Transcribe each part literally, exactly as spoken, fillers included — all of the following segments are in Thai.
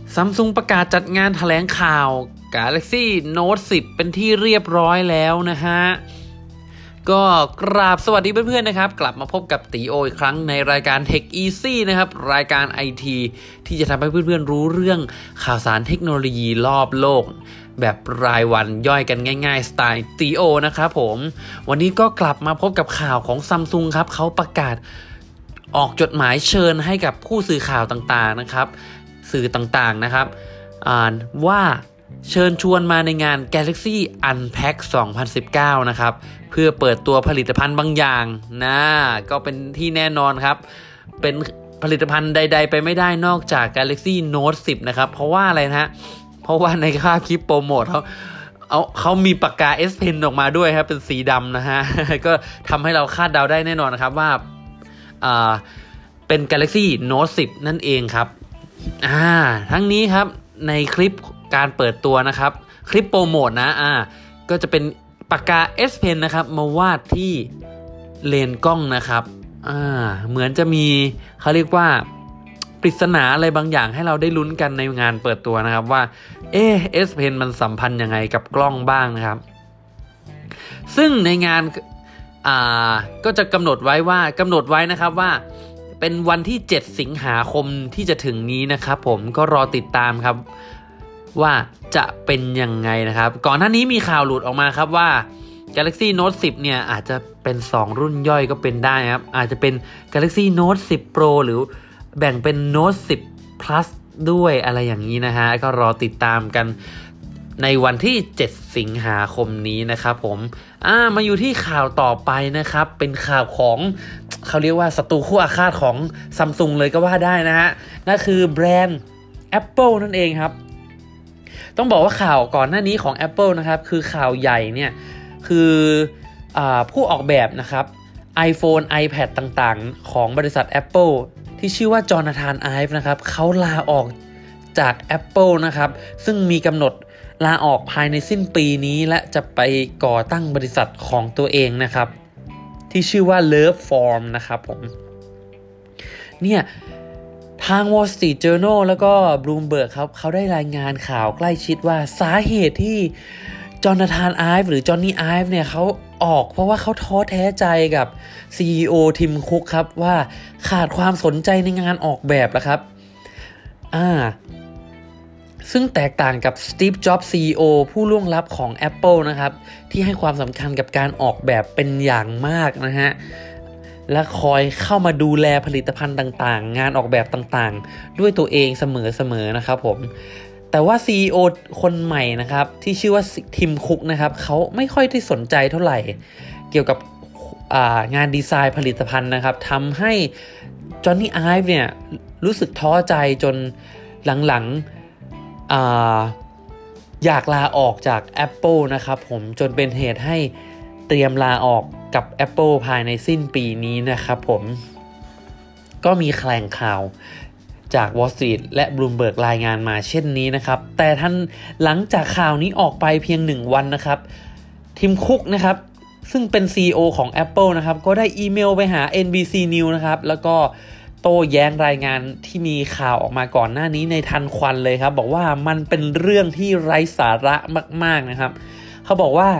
Samsung ประกาศจัดงานแถลงข่าว Galaxy Note สิบ เป็นที่เรียบร้อยแล้วนะฮะก็กราบสวัสดีเพื่อนๆนะครับกลับมาพบกับตีโออีกครั้งในรายการ Tech Easy นะครับรายการ ไอ ที ที่จะทำให้เพื่อนๆรู้เรื่องข่าวสารเทคโนโลยีรอบโลกแบบรายวันย่อยกันง่ายๆสไตล์ตีโอนะครับผมวันนี้ก็กลับมาพบกับข่าวของ Samsung ครับเขาประกาศออกจดหมายเชิญให้กับผู้สื่อข่าวต่างๆนะครับสื่อต่างๆนะครับอ่านว่าเชิญชวนมาในงาน Galaxy Unpack สองพันสิบเก้านะครับเพื่อเปิดตัวผลิตภัณฑ์บางอย่างนะก็เป็นที่แน่นอนครับเป็นผลิตภัณฑ์ใดๆไปไม่ได้นอกจาก Galaxy Note สิบนะครับเพราะว่าอะไรนะฮะเพราะว่าในภาพคลิปโปรโมทเขาเอาเขามีปากกา S Pen ออกมาด้วยครับเป็นสีดำนะฮะ ก็ทำให้เราคาดเดาได้แน่นอนนะครับว่าอ่าเป็น Galaxy Note สิบนั่นเองครับอ่าทั้งนี้ครับในคลิปการเปิดตัวนะครับคลิปโปรโมทนะอ่าก็จะเป็นปากกา S Pen นะครับมาวาดที่เลนส์กล้องนะครับอ่าเหมือนจะมีเขาเรียกว่าปริศนาอะไรบางอย่างให้เราได้ลุ้นกันในงานเปิดตัวนะครับว่าเอ๊ะ S Pen มันสัมพันธ์ยังไงกับกล้องบ้างนะครับซึ่งในงานอ่าก็จะกำหนดไว้ว่ากำหนดไว้นะครับว่าเป็นวันที่เจ็ดสิงหาคมที่จะถึงนี้นะครับผมก็รอติดตามครับว่าจะเป็นยังไงนะครับก่อนหน้านี้มีข่าวหลุดออกมาครับว่า Galaxy Note สิบเนี่ยอาจจะเป็นสองรุ่นย่อยก็เป็นได้ครับอาจจะเป็น Galaxy Note สิบ Pro หรือแบ่งเป็น Note สิบ Plus ด้วยอะไรอย่างนี้นะฮะก็รอติดตามกันในวันที่เจ็ดสิงหาคมนี้นะครับผมอ่ามาอยู่ที่ข่าวต่อไปนะครับเป็นข่าวของเขาเรียกว่าศัตรูคู่อาฆาตของ Samsung เลยก็ว่าได้นะฮะนั่นคือแบรนด์ Apple นั่นเองครับต้องบอกว่าข่าวก่อนหน้านี้ของ Apple นะครับคือข่าวใหญ่เนี่ยคืออ่าผู้ออกแบบนะครับ iPhone iPad ต่างๆของบริษัท Apple ที่ชื่อว่าจอนาธาน ไอฟ์นะครับเขาลาออกจาก Apple นะครับซึ่งมีกำหนดลาออกภายในสิ้นปีนี้และจะไปก่อตั้งบริษัทของตัวเองนะครับที่ชื่อว่า Loveform นะครับผมเนี่ยทาง Wall Street Journal แล้วก็ Bloomberg ครับเขาได้รายงานข่าวใกล้ชิดว่าสาเหตุที่จอนาธาน ไอฟ์หรือจอห์นนี่ ไอฟ์เนี่ยเขาออกเพราะว่าเขาท้อแท้ใจกับ ซี อี โอ ทิมคุกครับว่าขาดความสนใจในงานออกแบบแล้วครับอ่าซึ่งแตกต่างกับ Steve Jobs ซี อี โอ ผู้ล่วงลับของ Apple นะครับที่ให้ความสำคัญกับการออกแบบเป็นอย่างมากนะฮะและคอยเข้ามาดูแลผลิตภัณฑ์ต่างๆงานออกแบบต่างๆด้วยตัวเองเสมอๆนะครับผมแต่ว่า ซี อี โอ คนใหม่นะครับที่ชื่อว่าทิมคุกนะครับเขาไม่ค่อยได้สนใจเท่าไหร่เกี่ยวกับงานดีไซน์ผลิตภัณฑ์นะครับทำให้จอห์นนี่ ไอฟ์เนี่ยรู้สึกท้อใจจนหลังๆอ่าอยากลาออกจาก Apple นะครับผมจนเป็นเหตุให้เตรียมลาออกกับ Apple ภายในสิ้นปีนี้นะครับผมก็มีแถลงข่าวจาก Wall Street และ Bloomberg รายงานมาเช่นนี้นะครับแต่ท่านหลังจากข่าวนี้ออกไปเพียงหนึ่งวันนะครับทิมคุกนะครับซึ่งเป็น ซี อี โอ ของ Apple นะครับก็ได้อีเมลไปหา เอ็น บี ซี News นะครับแล้วก็โต้แย้งรายงานที่มีข่าวออกมาก่อนหน้านี้ในทันควันเลยครับบอกว่ามันเป็นเรื่องที่ไร้สาระมากๆนะครับเขาบอกว่า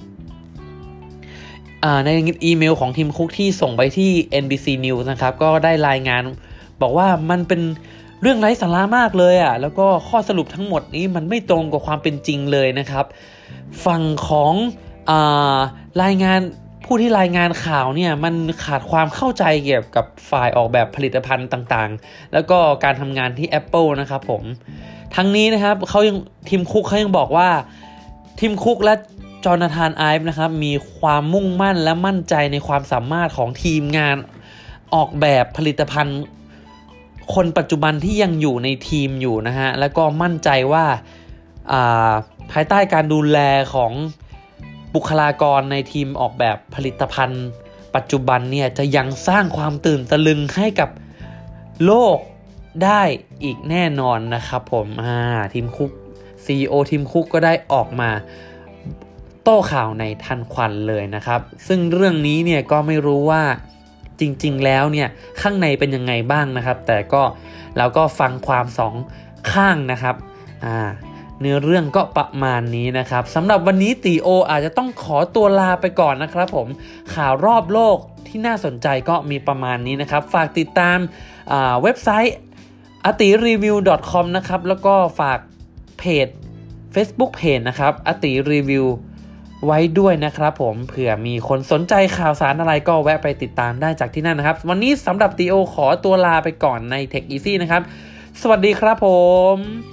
ในอีเมลของทีมคุกที่ส่งไปที่ เอ็น บี ซี News นะครับก็ได้รายงานบอกว่ามันเป็นเรื่องไร้สาระมากเลยอ่ะแล้วก็ข้อสรุปทั้งหมดนี้มันไม่ตรงกับความเป็นจริงเลยนะครับฝั่งของอ่ารายงานผู้ที่รายงานข่าวเนี่ยมันขาดความเข้าใจเกี่ยวกับฝ่ายออกแบบผลิตภัณฑ์ต่างๆแล้วก็การทำงานที่ Apple นะครับผมทั้งนี้นะครับเขายังทีมคุกเขายังบอกว่าทีมคุกและจอนาธาน ไอฟ์นะครับมีความมุ่งมั่นและมั่นใจในความสามารถของทีมงานออกแบบผลิตภัณฑ์คนปัจจุบันที่ยังอยู่ในทีมอยู่นะฮะแล้วก็มั่นใจว่าภายใต้การดูแลของบุคลากรในทีมออกแบบผลิตภัณฑ์ปัจจุบันเนี่ยจะยังสร้างความตื่นตะลึงให้กับโลกได้อีกแน่นอนนะครับผมอ่าทีมคุก ซี อี โอ ทีมคุกก็ได้ออกมาโต้ข่าวในทันควันเลยนะครับซึ่งเรื่องนี้เนี่ยก็ไม่รู้ว่าจริงๆแล้วเนี่ยข้างในเป็นยังไงบ้างนะครับแต่ก็เราก็ฟังความสองข้างนะครับอ่าเนื้อเรื่องก็ประมาณนี้นะครับสำหรับวันนี้ตีโออาจจะต้องขอตัวลาไปก่อนนะครับผมข่าวรอบโลกที่น่าสนใจก็มีประมาณนี้นะครับฝากติดตามเว็บไซต์อติรีวิว ดอท คอม นะครับแล้วก็ฝากเพจ Facebook Page นะครับอติรีวิวไว้ด้วยนะครับผมเผื่อมีคนสนใจข่าวสารอะไรก็แวะไปติดตามได้จากที่นั่นนะครับวันนี้สำหรับตีโอขอตัวลาไปก่อนใน Tech Easy นะครับสวัสดีครับผม